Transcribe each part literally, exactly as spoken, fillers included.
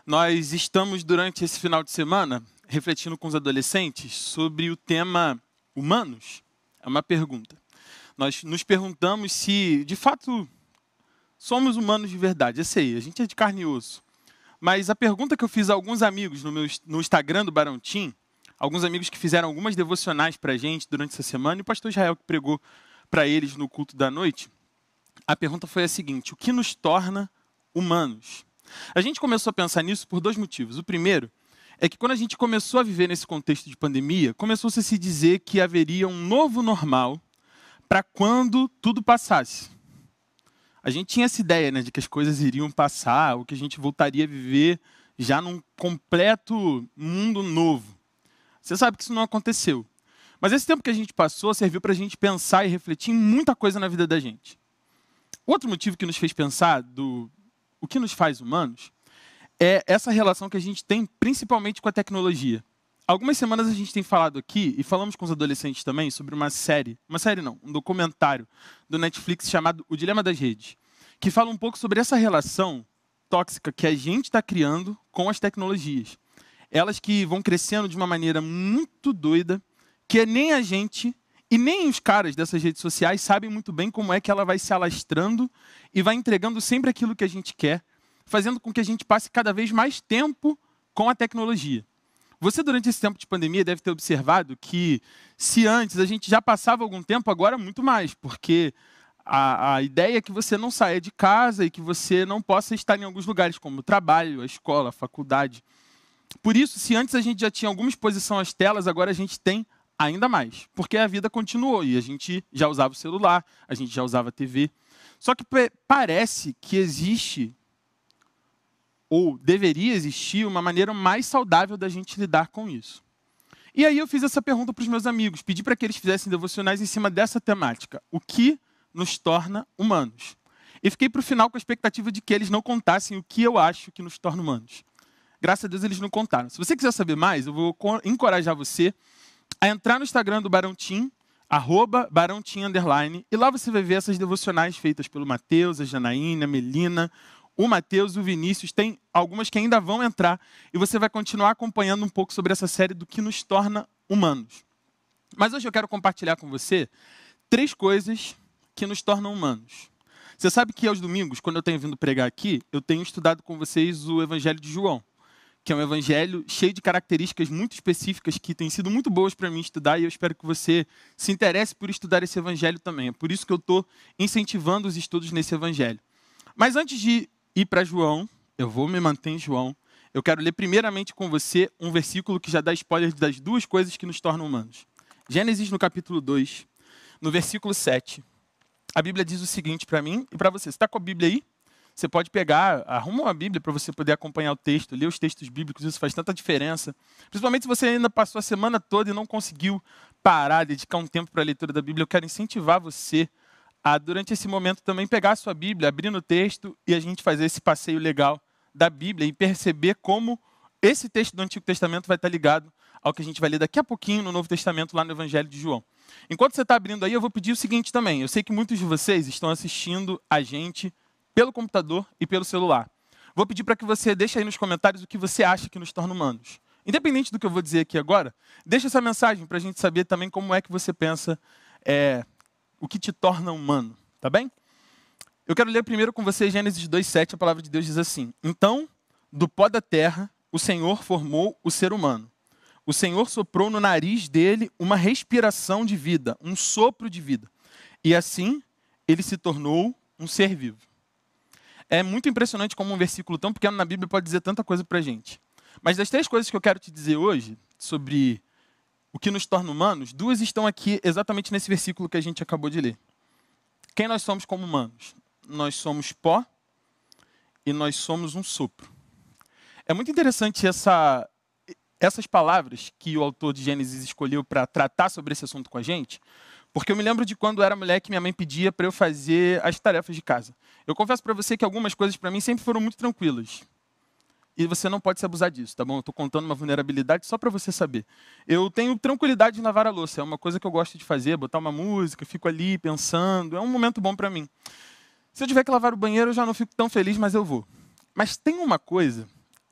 Nós estamos, durante esse final de semana, refletindo com os adolescentes sobre o tema humanos. É uma pergunta. Nós nos perguntamos se, de fato, somos humanos de verdade. Eu sei, a gente é de carne e osso. Mas a pergunta que eu fiz a alguns amigos no, meu, no Instagram do Barão Tim, alguns amigos que fizeram algumas devocionais para a gente durante essa semana, e o pastor Israel que pregou para eles no culto da noite, a pergunta foi a seguinte: o que nos torna humanos? A gente começou a pensar nisso por dois motivos. O primeiro é que quando a gente começou a viver nesse contexto de pandemia, começou-se a se dizer que haveria um novo normal para quando tudo passasse. A gente tinha essa ideia, né, de que as coisas iriam passar, ou que a gente voltaria a viver já num completo mundo novo. Você sabe que isso não aconteceu. Mas esse tempo que a gente passou serviu para a gente pensar e refletir em muita coisa na vida da gente. Outro motivo que nos fez pensar do o que nos faz humanos é essa relação que a gente tem principalmente com a tecnologia. Algumas semanas a gente tem falado aqui, e falamos com os adolescentes também, sobre uma série, uma série não, um documentário do Netflix chamado O Dilema das Redes, que fala um pouco sobre essa relação tóxica que a gente está criando com as tecnologias. Elas que vão crescendo de uma maneira muito doida, que nem a gente e nem os caras dessas redes sociais sabem muito bem como é que ela vai se alastrando e vai entregando sempre aquilo que a gente quer, fazendo com que a gente passe cada vez mais tempo com a tecnologia. Você, durante esse tempo de pandemia, deve ter observado que, se antes a gente já passava algum tempo, agora muito mais, porque a, a ideia é que você não saia de casa e que você não possa estar em alguns lugares, como o trabalho, a escola, a faculdade. Por isso, se antes a gente já tinha alguma exposição às telas, agora a gente tem ainda mais, porque a vida continuou e a gente já usava o celular, a gente já usava a T V. Só que parece que existe, ou deveria existir, uma maneira mais saudável da gente lidar com isso. E aí eu fiz essa pergunta para os meus amigos, pedi para que eles fizessem devocionais em cima dessa temática: o que nos torna humanos? E fiquei para o final com a expectativa de que eles não contassem o que eu acho que nos torna humanos. Graças a Deus eles não contaram. Se você quiser saber mais, eu vou encorajar você a entrar no Instagram do Barão Tim, arroba Barão Tim underline, e lá você vai ver essas devocionais feitas pelo Mateus, a Janaína, a Melina, o Mateus, o Vinícius. Tem algumas que ainda vão entrar e você vai continuar acompanhando um pouco sobre essa série do que nos torna humanos. Mas hoje eu quero compartilhar com você três coisas que nos tornam humanos. Você sabe que aos domingos, quando eu tenho vindo pregar aqui, eu tenho estudado com vocês o Evangelho de João, que é um evangelho cheio de características muito específicas que têm sido muito boas para mim estudar, e eu espero que você se interesse por estudar esse evangelho também. É por isso que eu estou incentivando os estudos nesse evangelho. Mas antes de ir para João, eu vou me manter em João, eu quero ler primeiramente com você um versículo que já dá spoiler das duas coisas que nos tornam humanos. Gênesis, no capítulo dois, no versículo sete. A Bíblia diz o seguinte para mim e para você. Você está com a Bíblia aí? Você pode pegar, arruma uma Bíblia para você poder acompanhar o texto, ler os textos bíblicos, isso faz tanta diferença. Principalmente se você ainda passou a semana toda e não conseguiu parar, dedicar um tempo para a leitura da Bíblia. Eu quero incentivar você a, durante esse momento, também pegar a sua Bíblia, abrir no texto e a gente fazer esse passeio legal da Bíblia e perceber como esse texto do Antigo Testamento vai estar ligado ao que a gente vai ler daqui a pouquinho no Novo Testamento, lá no Evangelho de João. Enquanto você está abrindo aí, eu vou pedir o seguinte também. Eu sei que muitos de vocês estão assistindo a gente pelo computador e pelo celular. Vou pedir para que você deixe aí nos comentários o que você acha que nos torna humanos. Independente do que eu vou dizer aqui agora, deixa essa mensagem para a gente saber também como é que você pensa, é, o que te torna humano, tá bem? Eu quero ler primeiro com você Gênesis dois, sete, a palavra de Deus diz assim: então, do pó da terra, o Senhor formou o ser humano. O Senhor soprou no nariz dele uma respiração de vida, um sopro de vida. E assim, ele se tornou um ser vivo. É muito impressionante como um versículo tão pequeno na Bíblia pode dizer tanta coisa para a gente. Mas das três coisas que eu quero te dizer hoje, sobre o que nos torna humanos, duas estão aqui exatamente nesse versículo que a gente acabou de ler. Quem nós somos como humanos? Nós somos pó e nós somos um sopro. É muito interessante essa, essas palavras que o autor de Gênesis escolheu para tratar sobre esse assunto com a gente, porque eu me lembro de quando eu era moleque, minha mãe pedia para eu fazer as tarefas de casa. Eu confesso para você que algumas coisas para mim sempre foram muito tranquilas. E você não pode se abusar disso, tá bom? Eu estou contando uma vulnerabilidade só para você saber. Eu tenho tranquilidade em lavar a louça. É uma coisa que eu gosto de fazer, botar uma música, fico ali pensando. É um momento bom para mim. Se eu tiver que lavar o banheiro, eu já não fico tão feliz, mas eu vou. Mas tem uma coisa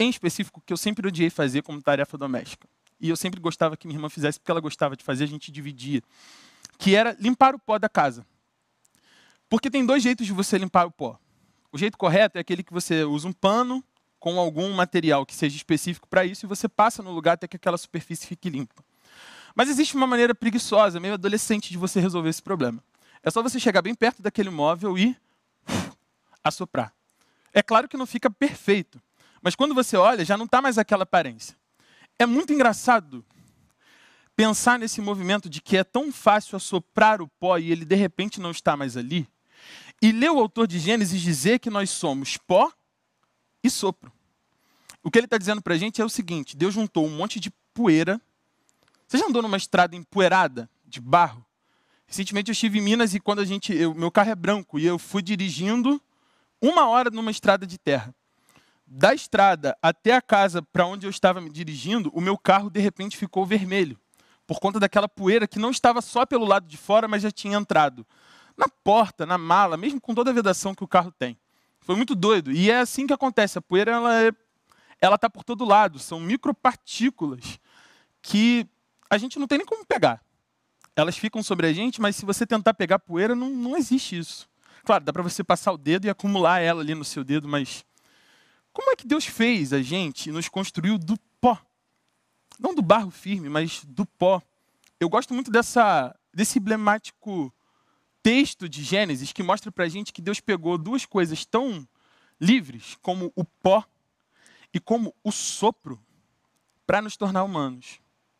em específico que eu sempre odiei fazer como tarefa doméstica. E eu sempre gostava que minha irmã fizesse porque ela gostava de fazer, a gente dividia. Que era limpar o pó da casa. Porque tem dois jeitos de você limpar o pó. O jeito correto é aquele que você usa um pano com algum material que seja específico para isso e você passa no lugar até que aquela superfície fique limpa. Mas existe uma maneira preguiçosa, meio adolescente, de você resolver esse problema. É só você chegar bem perto daquele móvel e uf, assoprar. É claro que não fica perfeito, mas quando você olha, já não está mais aquela aparência. É muito engraçado pensar nesse movimento de que é tão fácil assoprar o pó e ele de repente não está mais ali, e ler o autor de Gênesis dizer que nós somos pó e sopro. O que ele está dizendo para a gente é o seguinte: Deus juntou um monte de poeira. Você já andou numa estrada empoeirada, de barro? Recentemente eu estive em Minas e quando a gente, eu, meu carro é branco e eu fui dirigindo uma hora numa estrada de terra. Da estrada até a casa para onde eu estava me dirigindo, o meu carro de repente ficou vermelho, por conta daquela poeira que não estava só pelo lado de fora, mas já tinha entrado na porta, na mala, mesmo com toda a vedação que o carro tem. Foi muito doido. E é assim que acontece. A poeira ela é, ela está por todo lado. São micropartículas que a gente não tem nem como pegar. Elas ficam sobre a gente, mas se você tentar pegar poeira, não, não existe isso. Claro, dá para você passar o dedo e acumular ela ali no seu dedo, mas como é que Deus fez a gente e nos construiu do pó? Não do barro firme, mas do pó. Eu gosto muito dessa, desse emblemático texto de Gênesis que mostra para a gente que Deus pegou duas coisas tão livres como o pó e como o sopro para nos tornar humanos.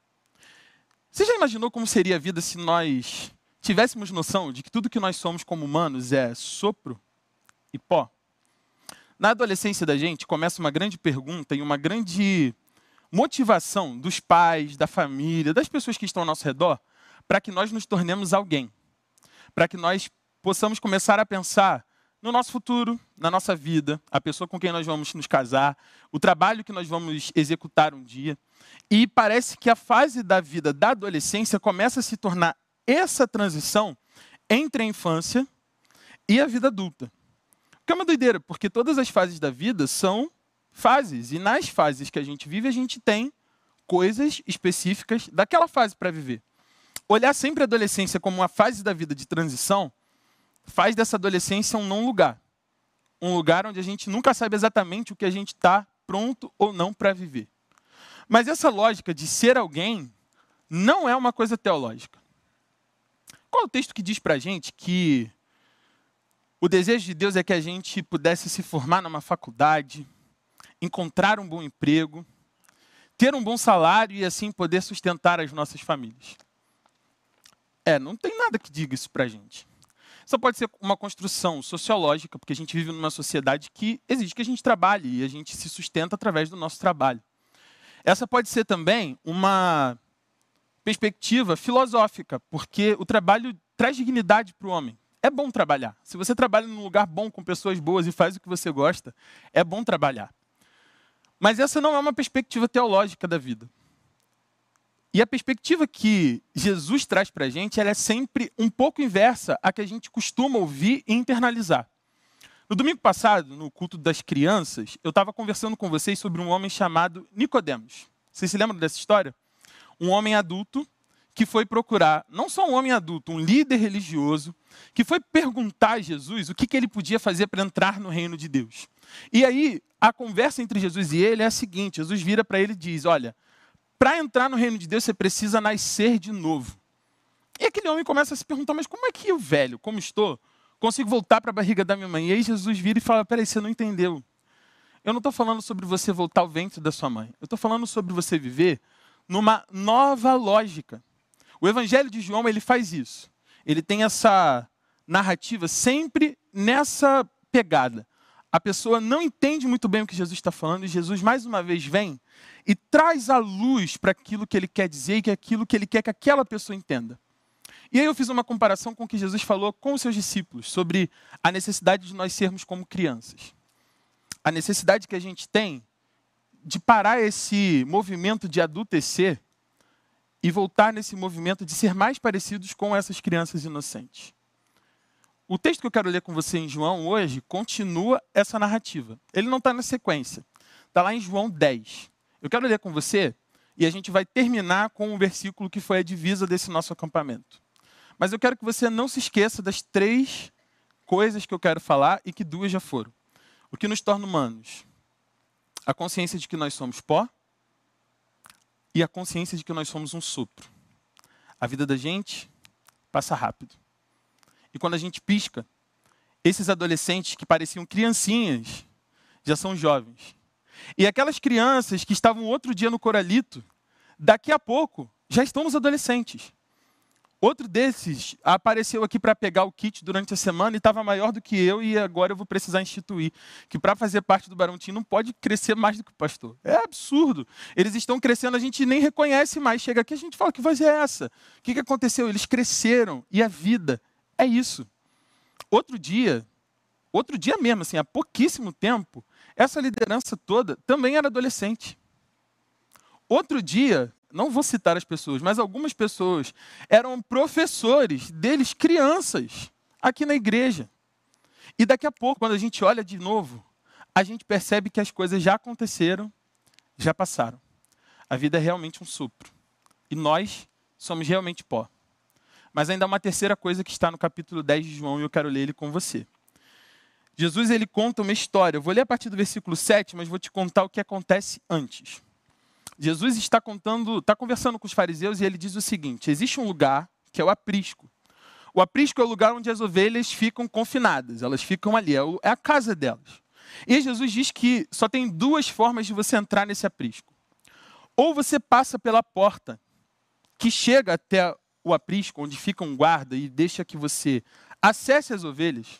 Você já imaginou como seria a vida se nós tivéssemos noção de que tudo que nós somos como humanos é sopro e pó? Na adolescência da gente começa uma grande pergunta e uma grande motivação dos pais, da família, das pessoas que estão ao nosso redor, para que nós nos tornemos alguém. Para que nós possamos começar a pensar no nosso futuro, na nossa vida, a pessoa com quem nós vamos nos casar, o trabalho que nós vamos executar um dia. E parece que a fase da vida da adolescência começa a se tornar essa transição entre a infância e a vida adulta. O que é uma doideira, porque todas as fases da vida são fases. E nas fases que a gente vive, a gente tem coisas específicas daquela fase para viver. Olhar sempre a adolescência como uma fase da vida de transição faz dessa adolescência um não lugar. Um lugar onde a gente nunca sabe exatamente o que a gente está pronto ou não para viver. Mas essa lógica de ser alguém não é uma coisa teológica. Qual é o texto que diz para a gente que o desejo de Deus é que a gente pudesse se formar numa faculdade, encontrar um bom emprego, ter um bom salário e assim poder sustentar as nossas famílias? É, não tem nada que diga isso para a gente. Só pode ser uma construção sociológica, porque a gente vive numa sociedade que exige que a gente trabalhe e a gente se sustenta através do nosso trabalho. Essa pode ser também uma perspectiva filosófica, porque o trabalho traz dignidade para o homem. É bom trabalhar. Se você trabalha num lugar bom, com pessoas boas e faz o que você gosta, é bom trabalhar. Mas essa não é uma perspectiva teológica da vida. E a perspectiva que Jesus traz para a gente, ela é sempre um pouco inversa à que a gente costuma ouvir e internalizar. No domingo passado, no culto das crianças, eu estava conversando com vocês sobre um homem chamado Nicodemos. Vocês se lembram dessa história? Um homem adulto que foi procurar, não só um homem adulto, um líder religioso, que foi perguntar a Jesus o que, que ele podia fazer para entrar no reino de Deus. E aí, a conversa entre Jesus e ele é a seguinte: Jesus vira para ele e diz, olha, para entrar no reino de Deus, você precisa nascer de novo. E aquele homem começa a se perguntar, mas como é que eu, velho, como estou, consigo voltar para a barriga da minha mãe? E aí Jesus vira e fala, peraí, você não entendeu. Eu não estou falando sobre você voltar ao ventre da sua mãe. Eu estou falando sobre você viver numa nova lógica. O Evangelho de João, ele faz isso. Ele tem essa narrativa sempre nessa pegada. A pessoa não entende muito bem o que Jesus está falando e Jesus, mais uma vez, vem e traz a luz para aquilo que ele quer dizer e que é aquilo que ele quer que aquela pessoa entenda. E aí eu fiz uma comparação com o que Jesus falou com os seus discípulos sobre a necessidade de nós sermos como crianças. A necessidade que a gente tem de parar esse movimento de adultecer e voltar nesse movimento de ser mais parecidos com essas crianças inocentes. O texto que eu quero ler com você em João hoje continua essa narrativa. Ele não está na sequência. Está lá em João dez. Eu quero ler com você e a gente vai terminar com um versículo que foi a divisa desse nosso acampamento. Mas eu quero que você não se esqueça das três coisas que eu quero falar e que duas já foram. O que nos torna humanos? A consciência de que nós somos pó e a consciência de que nós somos um sopro. A vida da gente passa rápido. E quando a gente pisca, esses adolescentes que pareciam criancinhas já são jovens. E aquelas crianças que estavam outro dia no coralito, daqui a pouco já estão nos adolescentes. Outro desses apareceu aqui para pegar o kit durante a semana e estava maior do que eu, e agora eu vou precisar instituir que para fazer parte do Barão Tim não pode crescer mais do que o pastor. É absurdo. Eles estão crescendo, a gente nem reconhece mais. Chega aqui, a gente fala, que voz é essa? O que, que aconteceu? Eles cresceram e a vida é isso. Outro dia, outro dia mesmo, assim, há pouquíssimo tempo, essa liderança toda também era adolescente. Outro dia, não vou citar as pessoas, mas algumas pessoas eram professores deles, crianças, aqui na igreja. E daqui a pouco, quando a gente olha de novo, a gente percebe que as coisas já aconteceram, já passaram. A vida é realmente um sopro. E nós somos realmente pó. Mas ainda há uma terceira coisa que está no capítulo dez de João, e eu quero ler ele com você. Jesus, ele conta uma história. Eu vou ler a partir do versículo sete, mas vou te contar o que acontece antes. Jesus está contando, está conversando com os fariseus e ele diz o seguinte: existe um lugar que é o aprisco. O aprisco é o lugar onde as ovelhas ficam confinadas, elas ficam ali, é, o, é a casa delas. E Jesus diz que só tem duas formas de você entrar nesse aprisco. Ou você passa pela porta que chega até o aprisco, onde fica um guarda e deixa que você acesse as ovelhas,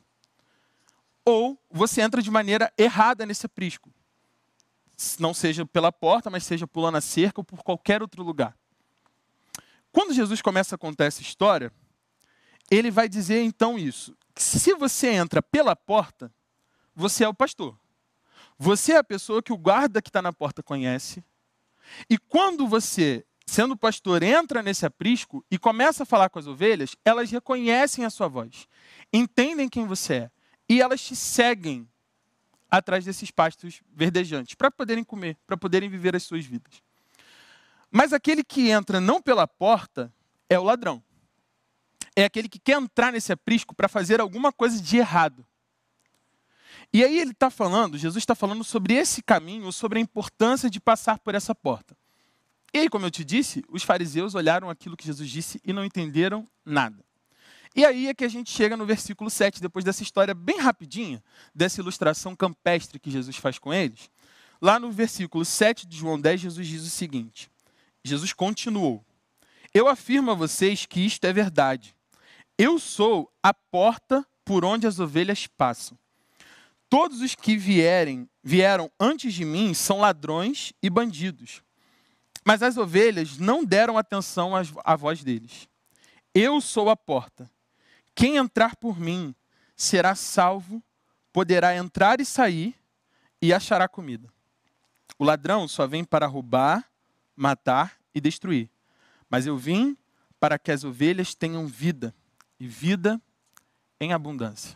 ou você entra de maneira errada nesse aprisco. Não seja pela porta, mas seja pulando a cerca ou por qualquer outro lugar. Quando Jesus começa a contar essa história, ele vai dizer então isso: que se você entra pela porta, você é o pastor. Você é a pessoa que o guarda que está na porta conhece. E quando você, sendo pastor, entra nesse aprisco e começa a falar com as ovelhas, elas reconhecem a sua voz, entendem quem você é, e elas te seguem atrás desses pastos verdejantes, para poderem comer, para poderem viver as suas vidas. Mas aquele que entra não pela porta é o ladrão. É aquele que quer entrar nesse aprisco para fazer alguma coisa de errado. E aí ele está falando, Jesus está falando sobre esse caminho, sobre a importância de passar por essa porta. E aí, como eu te disse, os fariseus olharam aquilo que Jesus disse e não entenderam nada. E aí é que a gente chega no versículo sete, depois dessa história bem rapidinha, dessa ilustração campestre que Jesus faz com eles. Lá no versículo sete de João dez, Jesus diz o seguinte: Jesus continuou: eu afirmo a vocês que isto é verdade. Eu sou a porta por onde as ovelhas passam. Todos os que vierem, vieram antes de mim são ladrões e bandidos. Mas as ovelhas não deram atenção à voz deles. Eu sou a porta. Quem entrar por mim será salvo, poderá entrar e sair e achará comida. O ladrão só vem para roubar, matar e destruir. Mas eu vim para que as ovelhas tenham vida, e vida em abundância.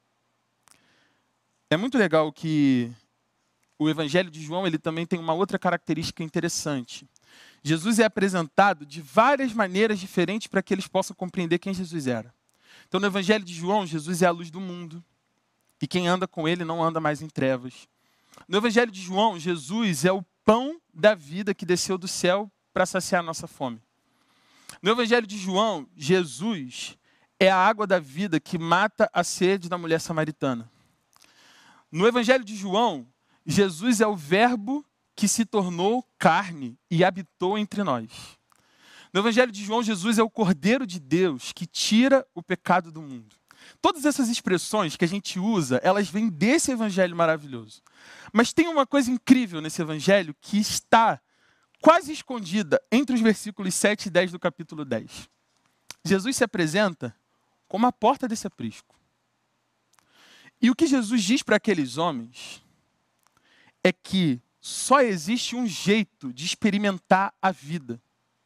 É muito legal que o Evangelho de João ele também tem uma outra característica interessante. Jesus é apresentado de várias maneiras diferentes para que eles possam compreender quem Jesus era. Então, no Evangelho de João, Jesus é a luz do mundo. E quem anda com ele não anda mais em trevas. No Evangelho de João, Jesus é o pão da vida que desceu do céu para saciar a nossa fome. No Evangelho de João, Jesus é a água da vida que mata a sede da mulher samaritana. No Evangelho de João, Jesus é o verbo que se tornou carne e habitou entre nós. No Evangelho de João, Jesus é o Cordeiro de Deus que tira o pecado do mundo. Todas essas expressões que a gente usa, elas vêm desse Evangelho maravilhoso. Mas tem uma coisa incrível nesse Evangelho que está quase escondida entre os versículos sete e dez do capítulo dez. Jesus se apresenta como a porta desse aprisco. E o que Jesus diz para aqueles homens é que só existe um jeito de experimentar a vida.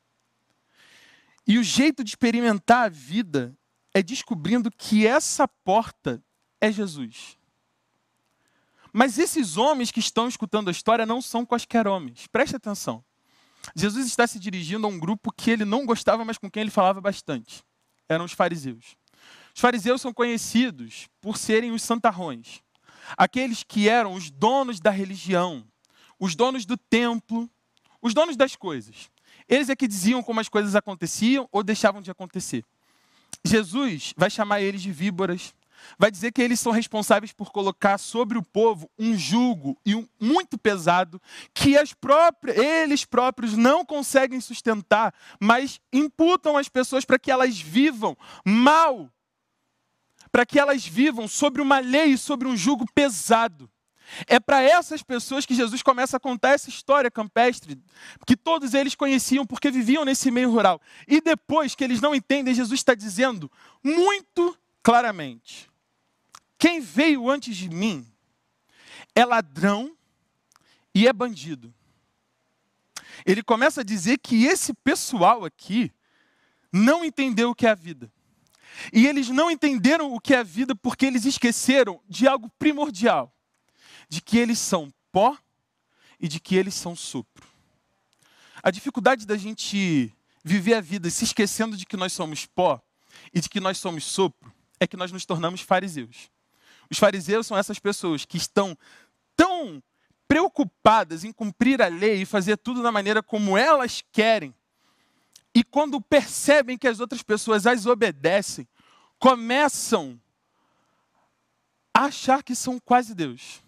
E o jeito de experimentar a vida é descobrindo que essa porta é Jesus. Mas esses homens que estão escutando a história não são quaisquer homens. Preste atenção. Jesus está se dirigindo a um grupo que ele não gostava, mas com quem ele falava bastante. Eram os fariseus. Os fariseus são conhecidos por serem os santarrões. Aqueles que eram os donos da religião, os donos do templo, os donos das coisas. Eles é que diziam como as coisas aconteciam ou deixavam de acontecer. Jesus vai chamar eles de víboras, vai dizer que eles são responsáveis por colocar sobre o povo um jugo e um, muito pesado, que as próprias, eles próprios não conseguem sustentar, mas imputam as pessoas para que elas vivam mal, para que elas vivam sobre uma lei e sobre um jugo pesado. É para essas pessoas que Jesus começa a contar essa história campestre, que todos eles conheciam porque viviam nesse meio rural. E depois que eles não entendem, Jesus está dizendo muito claramente: quem veio antes de mim é ladrão e é bandido. Ele começa a dizer que esse pessoal aqui não entendeu o que é a vida. E eles não entenderam o que é a vida porque eles esqueceram de algo primordial. De que eles são pó e de que eles são sopro. A dificuldade da gente viver a vida se esquecendo de que nós somos pó e de que nós somos sopro é que nós nos tornamos fariseus. Os fariseus são essas pessoas que estão tão preocupadas em cumprir a lei e fazer tudo da maneira como elas querem. E quando percebem que as outras pessoas as obedecem, começam a achar que são quase Deus.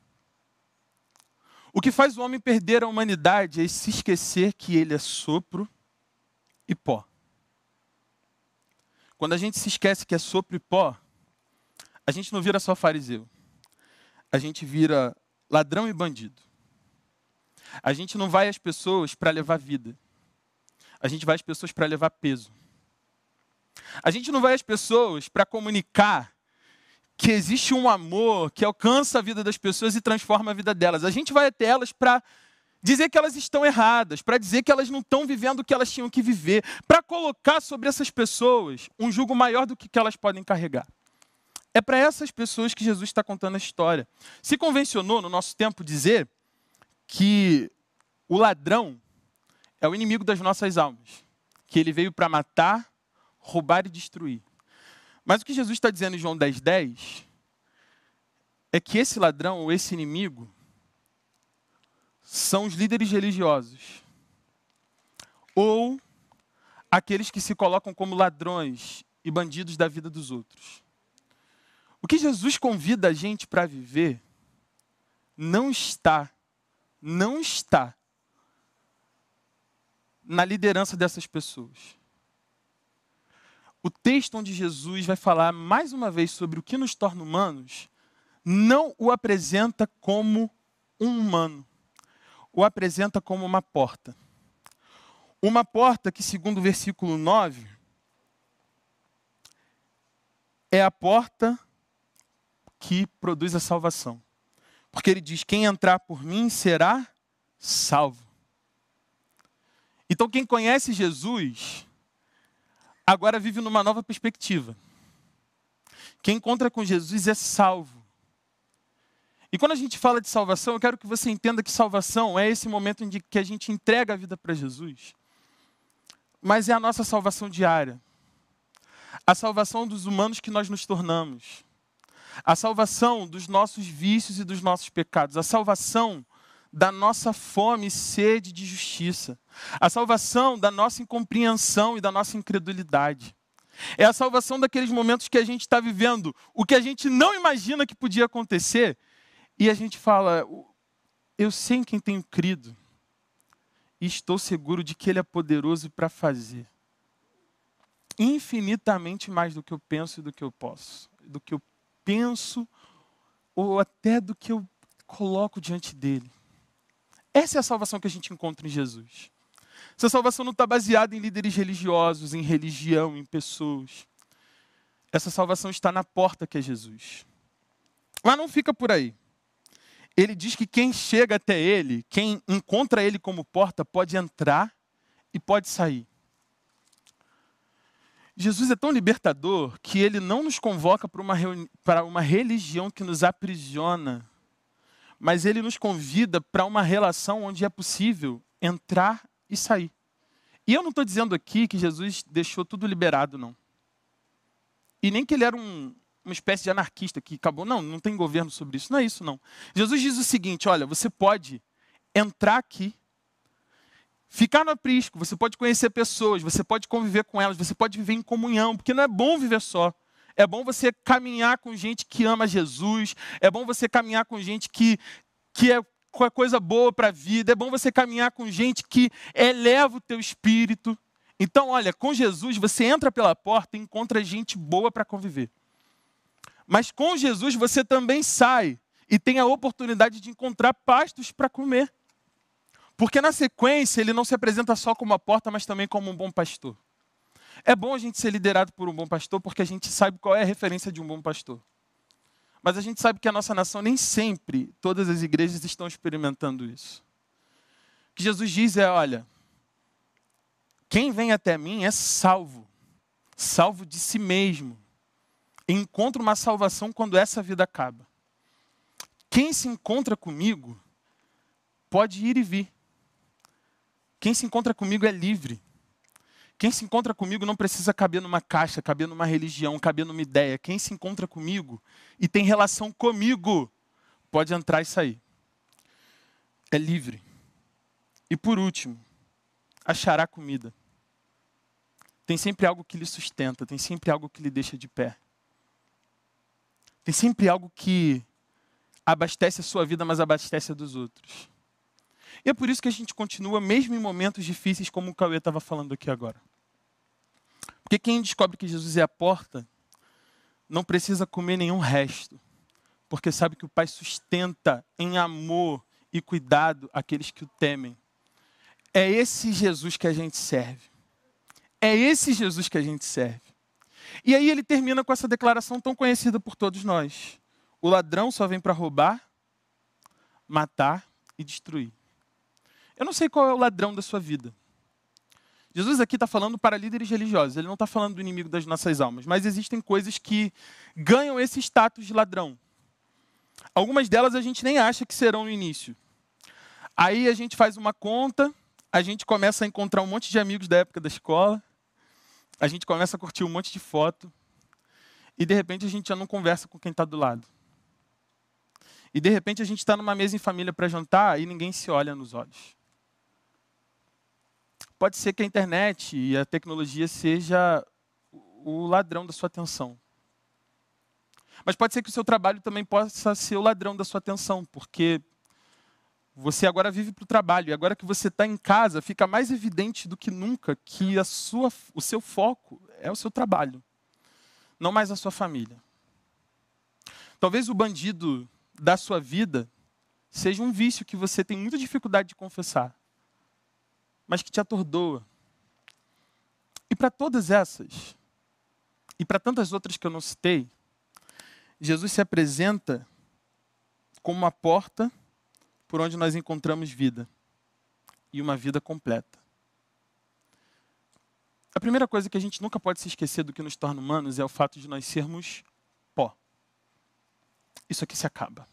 O que faz o homem perder a humanidade é se esquecer que ele é sopro e pó. Quando a gente se esquece que é sopro e pó, a gente não vira só fariseu. A gente vira ladrão e bandido. A gente não vai às pessoas para levar vida. A gente vai às pessoas para levar peso. A gente não vai às pessoas para comunicar que existe um amor que alcança a vida das pessoas e transforma a vida delas. A gente vai até elas para dizer que elas estão erradas, para dizer que elas não estão vivendo o que elas tinham que viver, para colocar sobre essas pessoas um jugo maior do que, que elas podem carregar. É para essas pessoas que Jesus está contando a história. Se convencionou no nosso tempo dizer que o ladrão é o inimigo das nossas almas, que ele veio para matar, roubar e destruir. Mas o que Jesus está dizendo em João dez, dez é que esse ladrão ou esse inimigo são os líderes religiosos ou aqueles que se colocam como ladrões e bandidos da vida dos outros. O que Jesus convida a gente para viver não está, não está na liderança dessas pessoas. O texto onde Jesus vai falar mais uma vez sobre o que nos torna humanos, não o apresenta como um humano, o apresenta como uma porta. Uma porta que, segundo o versículo nove, é a porta que produz a salvação. Porque ele diz, quem entrar por mim será salvo. Então quem conhece Jesus agora vive numa nova perspectiva. Quem encontra com Jesus é salvo. E quando a gente fala de salvação, eu quero que você entenda que salvação é esse momento em que a gente entrega a vida para Jesus. Mas é a nossa salvação diária. A salvação dos humanos que nós nos tornamos. A salvação dos nossos vícios e dos nossos pecados. A salvação da nossa fome e sede de justiça. A salvação da nossa incompreensão e da nossa incredulidade. É a salvação daqueles momentos que a gente está vivendo o que a gente não imagina que podia acontecer. E a gente fala, eu sei em quem tenho crido. E estou seguro de que Ele é poderoso para fazer. Infinitamente mais do que eu penso e do que eu posso. Do que eu penso ou até do que eu coloco diante dEle. Essa é a salvação que a gente encontra em Jesus. Essa salvação não está baseada em líderes religiosos, em religião, em pessoas. Essa salvação está na porta que é Jesus. Mas não fica por aí. Ele diz que quem chega até Ele, quem encontra Ele como porta, pode entrar e pode sair. Jesus é tão libertador que Ele não nos convoca para uma, reuni- para uma religião que nos aprisiona, mas ele nos convida para uma relação onde é possível entrar e sair. E eu não estou dizendo aqui que Jesus deixou tudo liberado, não. E nem que ele era um, uma espécie de anarquista que acabou, não, não tem governo sobre isso. Não é isso, não. Jesus diz o seguinte, olha, você pode entrar aqui, ficar no aprisco, você pode conhecer pessoas, você pode conviver com elas, você pode viver em comunhão, porque não é bom viver só. É bom você caminhar com gente que ama Jesus, é bom você caminhar com gente que, que é coisa boa para a vida, é bom você caminhar com gente que eleva o teu espírito. Então, olha, com Jesus você entra pela porta e encontra gente boa para conviver. Mas com Jesus você também sai e tem a oportunidade de encontrar pastos para comer. Porque na sequência ele não se apresenta só como a porta, mas também como um bom pastor. É bom a gente ser liderado por um bom pastor, porque a gente sabe qual é a referência de um bom pastor. Mas a gente sabe que a nossa nação, nem sempre, todas as igrejas estão experimentando isso. O que Jesus diz é, olha, quem vem até mim é salvo. Salvo de si mesmo. E encontra uma salvação quando essa vida acaba. Quem se encontra comigo, pode ir e vir. Quem se encontra comigo é livre. Quem se encontra comigo não precisa caber numa caixa, caber numa religião, caber numa ideia. Quem se encontra comigo e tem relação comigo, pode entrar e sair. É livre. E por último, achará comida. Tem sempre algo que lhe sustenta, tem sempre algo que lhe deixa de pé. Tem sempre algo que abastece a sua vida, mas abastece a dos outros. E é por isso que a gente continua, mesmo em momentos difíceis, como o Cauê estava falando aqui agora. Porque quem descobre que Jesus é a porta, não precisa comer nenhum resto. Porque sabe que o Pai sustenta em amor e cuidado aqueles que o temem. É esse Jesus que a gente serve. É esse Jesus que a gente serve. E aí ele termina com essa declaração tão conhecida por todos nós. O ladrão só vem para roubar, matar e destruir. Eu não sei qual é o ladrão da sua vida. Jesus aqui está falando para líderes religiosos. Ele não está falando do inimigo das nossas almas. Mas existem coisas que ganham esse status de ladrão. Algumas delas a gente nem acha que serão no início. Aí a gente faz uma conta, a gente começa a encontrar um monte de amigos da época da escola, a gente começa a curtir um monte de foto, e de repente a gente já não conversa com quem está do lado. E de repente a gente está numa mesa em família para jantar e ninguém se olha nos olhos. Pode ser que a internet e a tecnologia seja o ladrão da sua atenção. Mas pode ser que o seu trabalho também possa ser o ladrão da sua atenção, porque você agora vive para o trabalho, e agora que você está em casa, fica mais evidente do que nunca que a sua, o seu foco é o seu trabalho, não mais a sua família. Talvez o bandido da sua vida seja um vício que você tem muita dificuldade de confessar, mas que te atordoa. E para todas essas, e para tantas outras que eu não citei, Jesus se apresenta como uma porta por onde nós encontramos vida, e uma vida completa. A primeira coisa que a gente nunca pode se esquecer do que nos torna humanos é o fato de nós sermos pó. Isso aqui se acaba.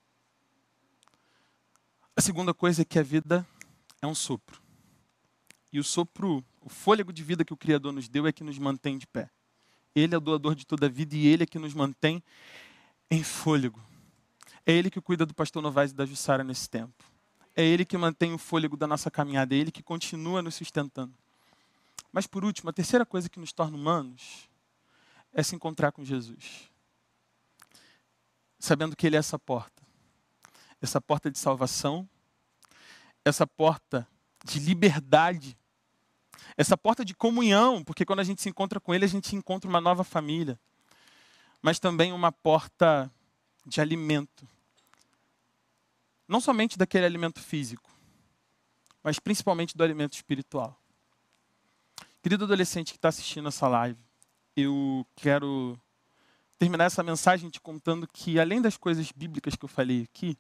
A segunda coisa é que a vida é um sopro. E o sopro, o fôlego de vida que o Criador nos deu é que nos mantém de pé. Ele é o doador de toda a vida e Ele é que nos mantém em fôlego. É Ele que cuida do pastor Novaes e da Jussara nesse tempo. É Ele que mantém o fôlego da nossa caminhada. É Ele que continua nos sustentando. Mas por último, a terceira coisa que nos torna humanos é se encontrar com Jesus. Sabendo que Ele é essa porta. Essa porta de salvação. Essa porta de liberdade. Essa porta de comunhão. Porque quando a gente se encontra com Ele, a gente encontra uma nova família. Mas também uma porta de alimento. Não somente daquele alimento físico, mas principalmente do alimento espiritual. Querido adolescente que está assistindo essa live, eu quero terminar essa mensagem te contando que, além das coisas bíblicas que eu falei aqui,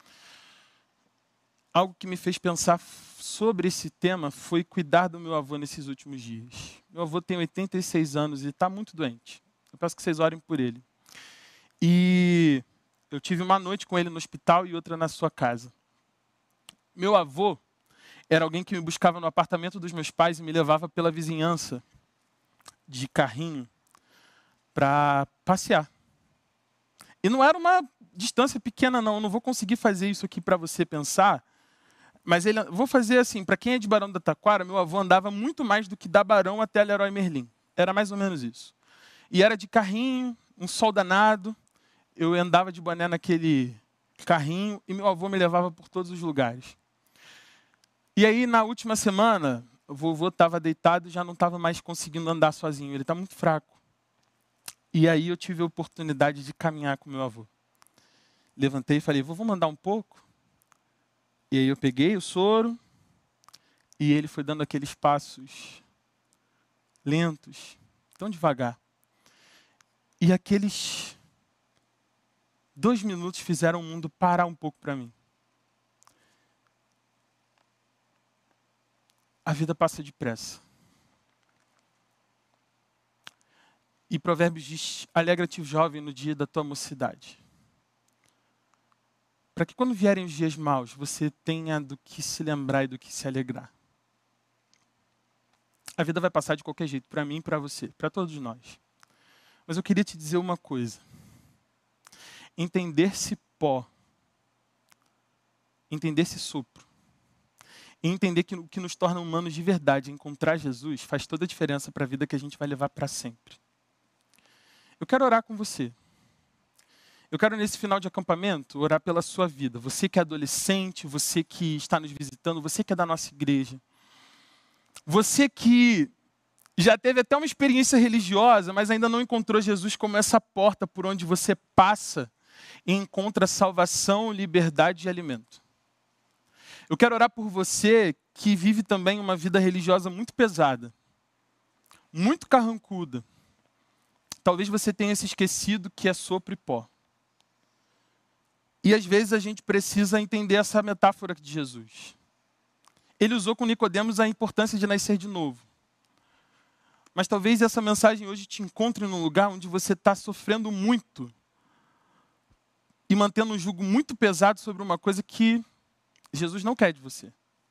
algo que me fez pensar sobre esse tema foi cuidar do meu avô nesses últimos dias. Meu avô tem oitenta e seis anos e está muito doente. Eu peço que vocês orem por ele. E Eu tive uma noite com ele no hospital e outra na sua casa. Meu avô era alguém que me buscava no apartamento dos meus pais e me levava pela vizinhança de carrinho para passear. E não era uma distância pequena, não. Eu não vou conseguir fazer isso aqui para você pensar. Mas ele, vou fazer assim, para quem é de Barão da Taquara, meu avô andava muito mais do que da Barão até Leroy Merlin. Era mais ou menos isso. E era de carrinho, um sol danado. Eu andava de boné naquele carrinho e meu avô me levava por todos os lugares. E aí, na última semana, o vovô estava deitado e já não estava mais conseguindo andar sozinho. Ele está muito fraco. E aí eu tive a oportunidade de caminhar com meu avô. Levantei e falei, vovô, mandar um pouco? E aí eu peguei o soro e ele foi dando aqueles passos lentos, tão devagar. E aqueles dois minutos fizeram o mundo parar um pouco para mim. A vida passa depressa. E Provérbios diz, alegra-te, jovem, no dia da tua mocidade. Para que quando vierem os dias maus, você tenha do que se lembrar e do que se alegrar. A vida vai passar de qualquer jeito, para mim e para você, para todos nós. Mas eu queria te dizer uma coisa. Entender-se pó, entender-se sopro, e entender que o que nos torna humanos de verdade, encontrar Jesus, faz toda a diferença para a vida que a gente vai levar para sempre. Eu quero orar com você. Eu quero, nesse final de acampamento, orar pela sua vida. Você que é adolescente, você que está nos visitando, você que é da nossa igreja. Você que já teve até uma experiência religiosa, mas ainda não encontrou Jesus como essa porta por onde você passa e encontra salvação, liberdade e alimento. Eu quero orar por você que vive também uma vida religiosa muito pesada, muito carrancuda. Talvez você tenha se esquecido que é sopro e pó. E às vezes a gente precisa entender essa metáfora de Jesus. Ele usou com Nicodemos a importância de nascer de novo. Mas talvez essa mensagem hoje te encontre num lugar onde você está sofrendo muito e mantendo um jugo muito pesado sobre uma coisa que Jesus não quer de você.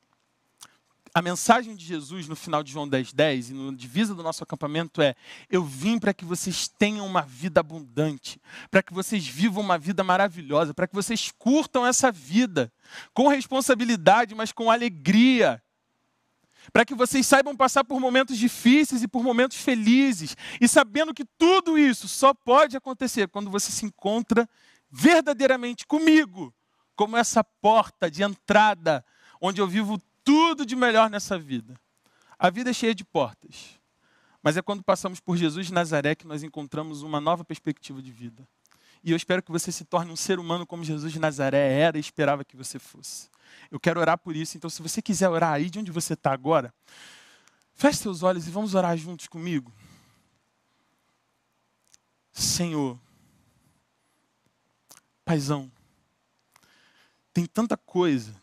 A mensagem de Jesus no final de João dez, dez e no divisa do nosso acampamento é: eu vim para que vocês tenham uma vida abundante, para que vocês vivam uma vida maravilhosa, para que vocês curtam essa vida com responsabilidade, mas com alegria. Para que vocês saibam passar por momentos difíceis e por momentos felizes, e sabendo que tudo isso só pode acontecer quando você se encontra verdadeiramente comigo, como essa porta de entrada, onde eu vivo tudo de melhor nessa vida. A vida é cheia de portas, mas é quando passamos por Jesus de Nazaré que nós encontramos uma nova perspectiva de vida. E eu espero que você se torne um ser humano como Jesus de Nazaré era e esperava que você fosse. Eu quero orar por isso, então se você quiser orar aí de onde você está agora, feche seus olhos e vamos orar juntos comigo. Senhor, Paizão, tem tanta coisa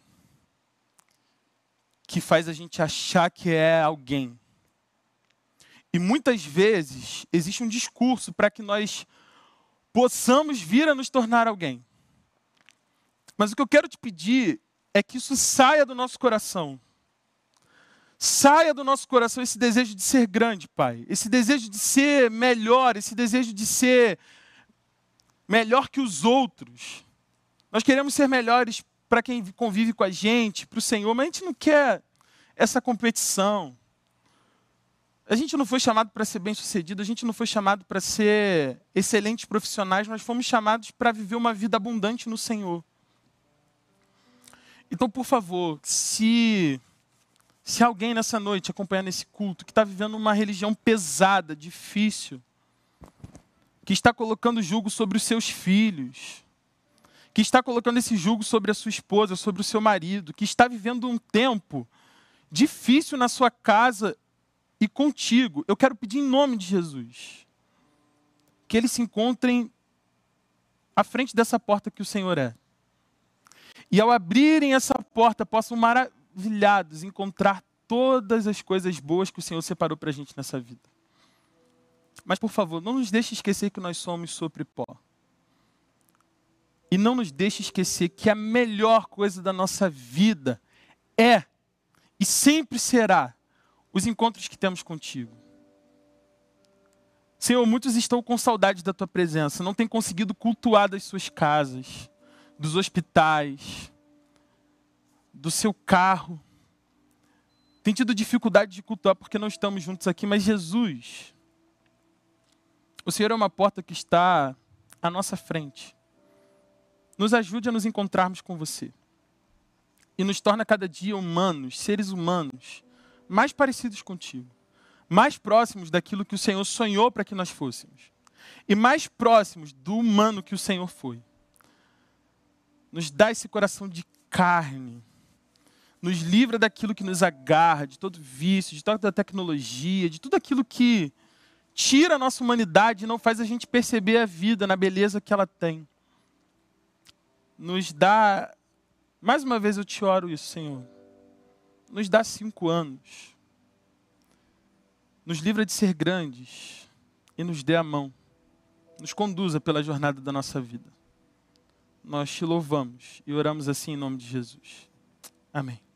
que faz a gente achar que é alguém. E muitas vezes existe um discurso para que nós possamos vir a nos tornar alguém. Mas o que eu quero te pedir é que isso saia do nosso coração. Saia do nosso coração esse desejo de ser grande, Pai. Esse desejo de ser melhor, esse desejo de ser melhor que os outros. Nós queremos ser melhores para quem convive com a gente, para o Senhor, mas a gente não quer essa competição. A gente não foi chamado para ser bem-sucedido, a gente não foi chamado para ser excelentes profissionais, nós fomos chamados para viver uma vida abundante no Senhor. Então, por favor, se, se alguém nessa noite acompanhando esse culto, que está vivendo uma religião pesada, difícil, que está colocando jugo sobre os seus filhos, que está colocando esse jugo sobre a sua esposa, sobre o seu marido, que está vivendo um tempo difícil na sua casa e contigo, eu quero pedir em nome de Jesus, que eles se encontrem à frente dessa porta que o Senhor é. E ao abrirem essa porta, possam maravilhados encontrar todas as coisas boas que o Senhor separou para a gente nessa vida. Mas, por favor, não nos deixe esquecer que nós somos sopro e pó. E não nos deixe esquecer que a melhor coisa da nossa vida é e sempre será os encontros que temos contigo. Senhor, muitos estão com saudade da tua presença, não têm conseguido cultuar das suas casas, dos hospitais, do seu carro. Tem tido dificuldade de cultuar porque não estamos juntos aqui, mas Jesus, o Senhor é uma porta que está à nossa frente. Nos ajude a nos encontrarmos com você. E nos torna cada dia humanos, seres humanos, mais parecidos contigo. Mais próximos daquilo que o Senhor sonhou para que nós fôssemos. E mais próximos do humano que o Senhor foi. Nos dá esse coração de carne. Nos livra daquilo que nos agarra, de todo vício, de toda a tecnologia, de tudo aquilo que tira a nossa humanidade e não faz a gente perceber a vida na beleza que ela tem. Nos dá, mais uma vez eu te oro isso, Senhor, nos dá cinco anos, nos livra de ser grandes e nos dê a mão, nos conduza pela jornada da nossa vida. Nós te louvamos e oramos assim em nome de Jesus. Amém.